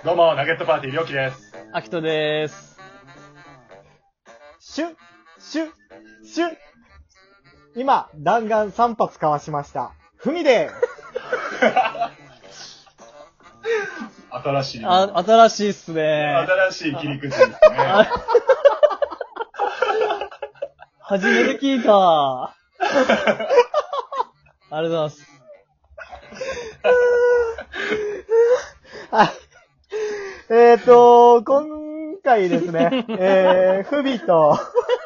どうも、ナゲットパーティー、りょうきです。 アキトでーす。 シュッ、シュッ、シュッ。今、弾丸3発かわしました。ふみで新しい。 新しいっすね。 新しい切り口ですね。 初めて聞いた。ありがとうございます。 はい。今回ですね、ふみと、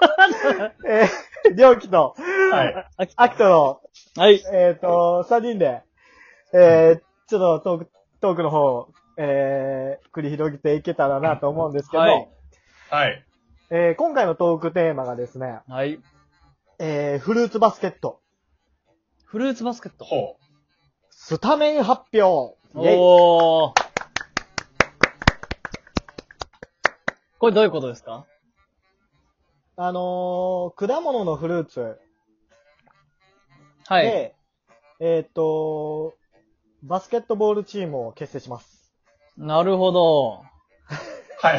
りょうきと、 はい。 あきとの、 はい。 3人で、ちょっとトークの方、繰り広げていけたらなと思うんですけど、 はいはい。 今回のトークテーマがですね、 はい。 フルーツバスケット、 フルーツバスケット。 ほう。 スタメン発表。イェイ。 おー。これどういうことですか？ 果物のフルーツはい。 で、バスケットボールチームを結成します。 なるほど。 はい。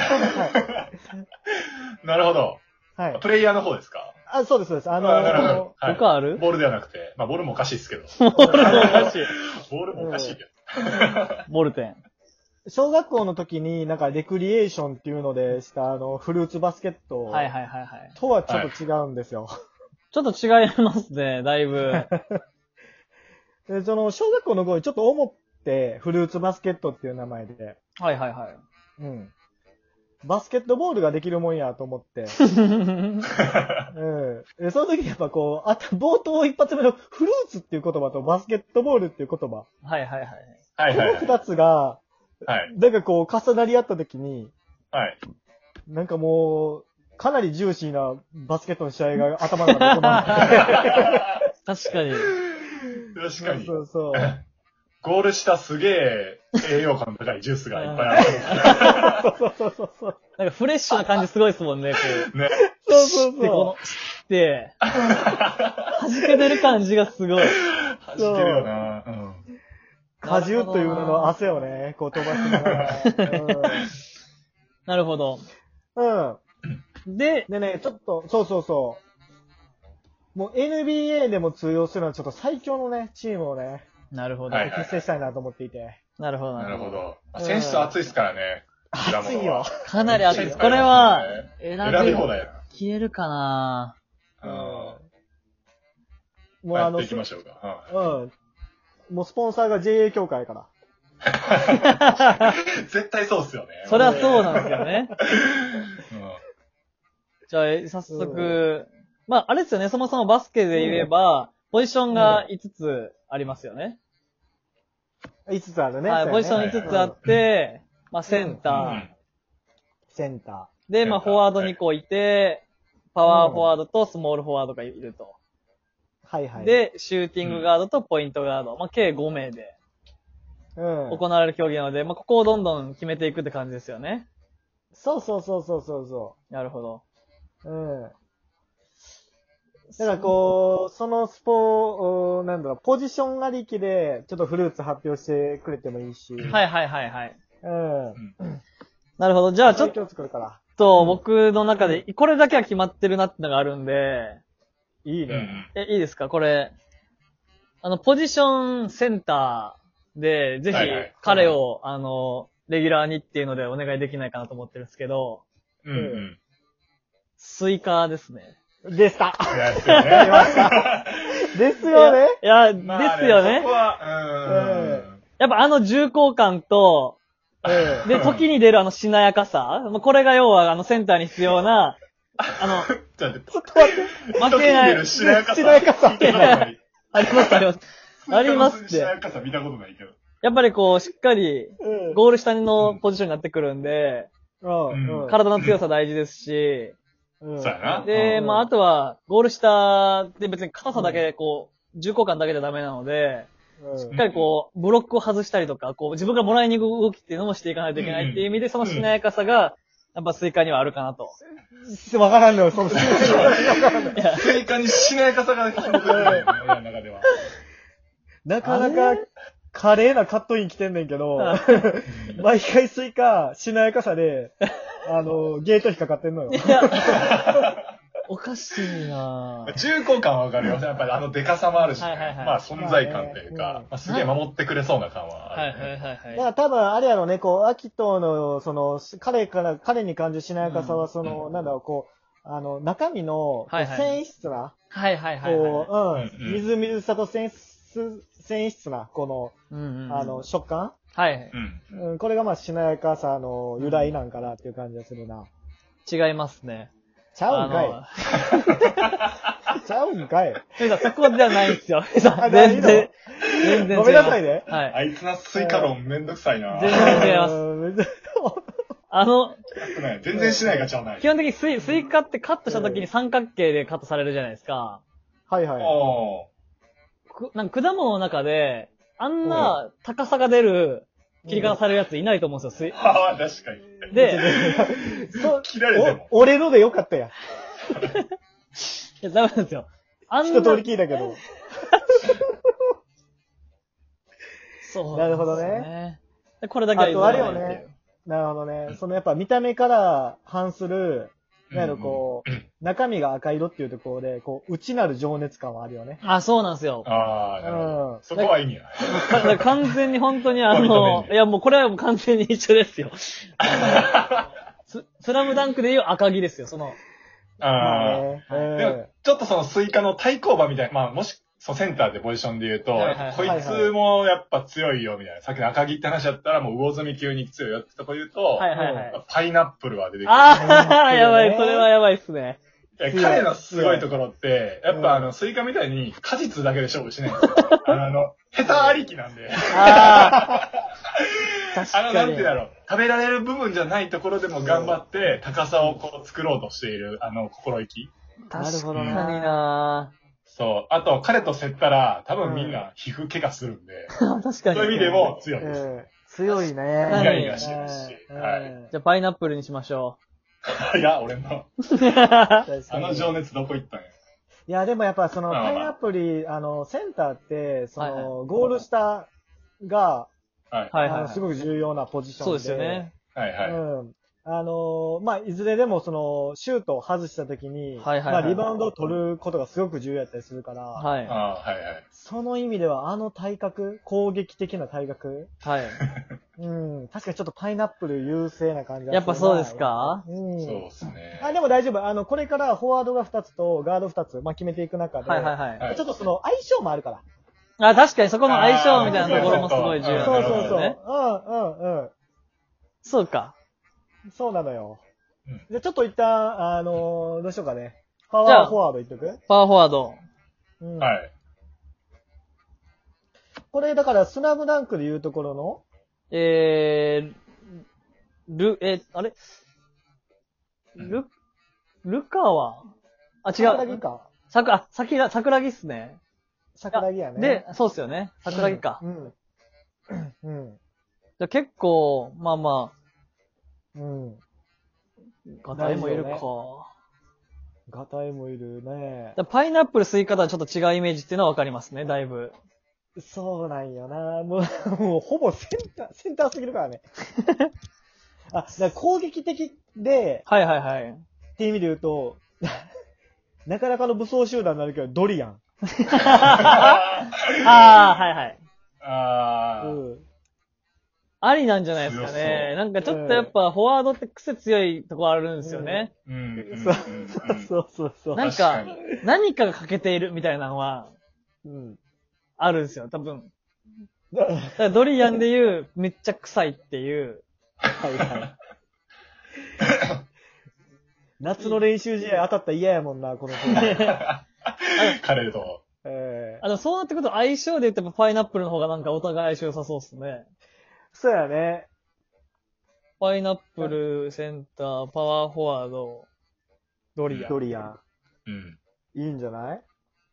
なるほど。 はい。 プレイヤーの方ですか？ あ、そうです、そうです。 なるほど。はい。 他ある？ ボールではなくて、まあ、ボールもおかしいですけど。 ボールもおかしい。 ボールもおかしいけど。 ボールペン。 小学校の時になんかレクリエーションっていうのでしたフルーツバスケットはいはいはいはい。 とはちょっと違うんですよ。 ちょっと違いますね、だいぶ。 で、小学校の頃にちょっと思ってフルーツバスケットっていう名前で、 はいはいはい。 うん。バスケットボールができるもんやと思って、でその時にやっぱこう、冒頭一発目のフルーツっていう言葉とバスケットボールっていう言葉。 はいはいはい。 はいはいはい。 この二つが、 はい。 なんかこう重なり合った時に、 はい。 なんかもう、かなりジューシーなバスケットの試合が頭の中で止まって。 確かに。 確かに。 そうそう。 ゴール下すげえ栄養価の高いジュースがいっぱいある。 そう。 なんかフレッシュな感じすごいですもんね、こう。 ね。 そうで、この、で、弾けてる感じがすごい。 弾けるよな。うん。 果汁という名の汗をね、こう飛ばしながら。 なるほど。 うん。 でね、ちょっと、そう。もう NBA でも通用するのはちょっと最強のね、チームをね、 なるほど。 はい結成したいなと思っていて。 なるほど。 なるほど。選手熱いっすからね。 熱いよ。 かなり熱いです。これは、 選び放題や消えるかなな。 もうやっていきましょうか。 もうスポンサーが JA 協会から。 絶対そうっすよね。 それはそうなんですよね。 うんじゃあ、早速、まあ、あれですよね、そもそもバスケで言えば、ポジションが5つありますよね。 5つあるね。 はい、ポジション5つあって、まあ、センター。 センター。で、まあ、フォワード2個いて、パワーフォワードとスモールフォワードがいると。 はい。 で、シューティングガードとポイントガード。まあ、計5名で行われる競技なので、まあ、ここをどんどん決めていくって感じですよね。 そう。 なるほど。 だからこう、そのポジションありきで、ちょっとフルーツ発表してくれてもいいし。 はい。なるほど。じゃあちょっと、 僕の中で、これだけは決まってるなってのがあるんで、 いいね。 いいですかこれ。ポジションセンターで、ぜひ彼を、レギュラーにっていうのでお願いできないかなと思ってるんですけど、スイカですね。 でした。 ですよね。 いや、ですよね。 そこは、 やっぱ重厚感と、で、時に出るしなやかさ。これが要はセンターに必要な、 ちょっと待って。 負けない。 しなやかさ。 あります。ありますって。 しなやかさ見たことないけど。 やっぱりこう、しっかり、ゴール下のポジションになってくるんで、体の強さ大事ですし、 そうやな。 で、まあ、あとは、ゴール下で別に硬さだけでこう、重厚感だけじゃダメなので、しっかりこう、ブロックを外したりとか、こう、自分がもらいに行く動きっていうのもしていかないといけないっていう意味で、そのしなやかさが、やっぱスイカにはあるかなと。 わからんのよ、そのスイカにしなやかさが紐づいてるよね、俺の中では。 なかなか華麗なカットイン来てんねんけど、毎回スイカ、しなやかさで、ゲート引っかかってんのよ。 いや、おかしいなぁ。 重厚感はわかるよ。やっぱりデカさもあるし、 はいはいはいまあ存在感というまあねか、まあすげえ守ってくれそうな感はある、ね。 はいはいはいだかはい。 ら多分、あれやろね、こう、アキトの、彼に感じるしなやかさは、なんだろう、こう、中身の、こうはいはい繊維質な、 はいはいはいはい。 こう、 うんみずみずしさと繊維質な、こうんうん。 の、食感はい。 うん。 これがまあ、しなやかさの由来なんかなっていう感じがするな。 違いますね。 ちゃうんかいちゃうんかいふみさん、そこじゃないんですよ。ふみさん、 あないの全然。全然違います。 ごめんなさいね。 はい。 あいつなスイカ論めんどくさいな。 全然違います。 全然しないがちゃうない。 基本的にスイカってカットした時に三角形でカットされるじゃないですか。 はいはい。 おなんか果物の中で、あんな高さが出る切り方されるやついないと思うんですよ。 ああ、確かに。 で、 そう切られても。 俺のでよかったやん。 いやダメなんですよ。あん一通りな、 聞いたけど。 そうなるほどですよね。 でこれだけは譲らないっていうあとあれよねなるほどね。やっぱ見た目から反する、なんやろこう、中身が赤色っていうところで、こう、内なる情熱感はあるよね。 あ、そうなんですよ。 ああ、なるほど。そこは意味ない。 だから完全に本当に認めんねいやもうこれはもう完全に一緒ですよ。スラムダンクでいう赤木ですよ、 まああね。 あ。でも、ちょっとそのスイカの対抗馬みたいな、まあもし、そうセンターでポジションで言うと、 はいはいはいこいつもやっぱ強いよみたいな。さっきの赤木って話だったらもう魚住急に強いよってとこ言うと、 はいはいはい。 パイナップルは出てくる。 ああ、やばい、それはやばいっすね。 彼のすごいところって、やっぱスイカみたいに果実だけで勝負しないんですよ。ヘタありきなんで。 ああ。確かに。 なんていうんだろう。食べられる部分じゃないところでも頑張って、高さをこう作ろうとしている、心意気。 なるほど確かにな。 なそう。あと、彼と競ったら、多分みんな皮膚怪我するんで、 確かに。 そういう意味でも強いです。 強いね。 はいイガイガしてるし。はい。 じゃあパイナップルにしましょいや、俺の、 う。 情熱どこ行ったんや。 いや、でもやっぱその、 まあまあパイナップル、センターって、 はいはいゴール下が、 はい。 はいはい。 すごく重要なポジションで。 そうですよね。 はいはい。 うん。まあ、いずれでもシュートを外した時に、 はいはいはいまあ、リバウンドを取ることがすごく重要やったりするから、 はい。 ああ、はいはい。 その意味では、体格、攻撃的な体格、 はい。 うん、確かにちょっとパイナップル優勢な感じがするな。 やっぱそうですかうん。 そうですね。 でも大丈夫。これからフォワードが2つとガード2つ、まあ、決めていく中で、 はいはいはい。 はいちょっと相性もあるから。 あ、確かにそこの相性みたいなところもすごい重要そうそうそう。 なんですよね。そうか。 そうなのよ。 うんじゃあちょっと一旦、どうしようかね。パワーフォワードいっとくパワーフォワード。 うん。 はい。 これだから、スラムダンクで言うところの、 あれルカはあ、違う。 桜木か。 桜木っすね。 桜木やね。 で、そうっすよね。桜木か。 うん。うん。 じゃあ結構、まあまうん。 あ、ガタイもいるか。 大事ガタイもいるね。 パイナップルスイカとはちょっと違うイメージっていうのはわかりますね、だいぶ。 そうなんよな。もうほぼセンターすぎるからね。だから攻撃的で、 はいはいはい。 っていう意味で言うと、なかなかの武装集団になるけど、ドリアン。 ああ、はいはい。 ああ、 うん。 ありなんじゃないですか強ね。 そうなんかちょっとやっぱフォワードって癖強いとこあるんですよね。 そうそう。 なんか、何かが欠けているみたいなのは、 うん。 あるんですよ、多分。だからドリアンで言う、めっちゃ臭いっていう。 はいはい。夏の練習試合当たったら嫌やもんな、この子。 彼と。 そうなってくると相性で言ってもパイナップルの方がなんかお互い相性良さそうっすね。 そうやね。 パイナップル、センター、パワーフォワード、ドリアン。 ドリアン。 うん。 いいんじゃない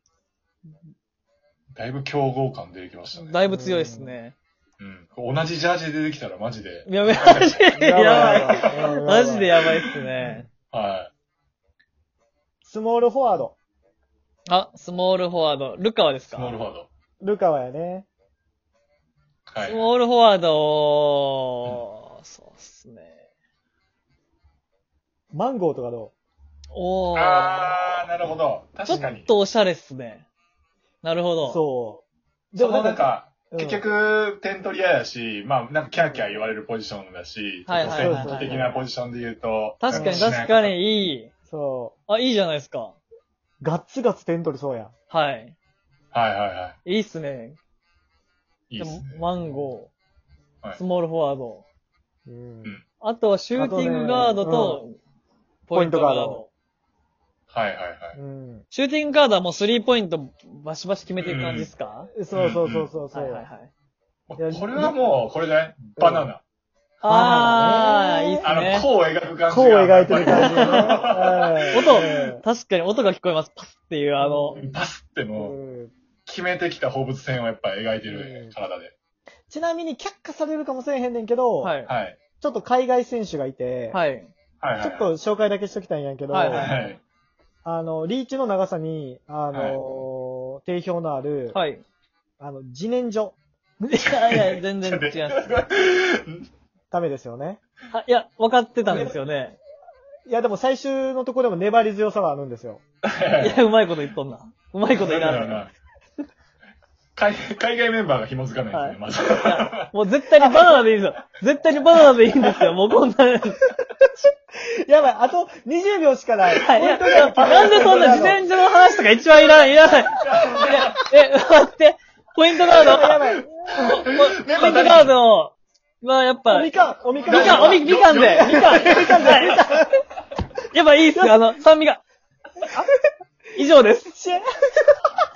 だいぶ競合感出てきましたね。 だいぶ強いですね。 うん。同じジャージで出てきたらマジで。 やばい。マジでやばい。 いマジでやばいっすね。 はスモールフォワード。 あ、スモールフォワード。ルカワですい。スかモールフォワード。 ルカワやね。 はい。 スモールフォワード、そうっすね。 マンゴーとかどおー。 なるほど。 ちょ確かにっ。とおしゃれっすね。なるほど。 そう。 でもなんか、 うん結局、点取り屋やし、まあ、なんかキャーキャー言われるポジションだし、ちょっと戦術的なポジションで言うと、 確かになん確かにいい。 そあ、いいじゃないですか。 う。ガッツガツ点取りそうやん。 はい。 はいはいはいいっすね。 い。いいっすね。 マンゴー、 はいスモールフォワード。 うん。 あとはシューティングガードと、ポイントガード。 はいはいはい。 うん。 シューティングガードはもう3ポイントバシバシ決めていく感じですか？ そうそうそうそうそう。 はいはいはい。 いやこれはもう、これじゃないバナナ。 あー、いいっすね。 弧を描く感じが。 弧を描いてる感じね。はい確かに音が聞こえます。パスっていうパスってもう、 うん決めてきた放物線をやっぱ描いてるね、体で。 ちなみに却下されるかもしれへんねんけど、 はい。 はい。 ちょっと海外選手がいて、 はい。 はいはい。 ちょっと紹介だけしときたいんやけど、 はいはい。 リーチの長さに、定評のある、 はい。 自然薯、 いやいや、全然違います。 ダメですよね。 いや、分かってたんですよね。 いや、でも最終のところでも粘り強さがあるんですよ。 いや、うまいこと言っとんな。うまいこと言いながら。 海外メンバーが紐づかないですね、まず。 もう絶対にバナナでいいんですよ。絶対にバナナでいいんですよ。もうこんな。 やばい、あと20秒しかない。 はい。いや、なんでそんな自然薯の話とか一番いらない。待って。ポイントガード。 やばい。 ポイントガードは、やっぱ。 みかんみかんで。やっぱいいっすよ、酸味が。以上です。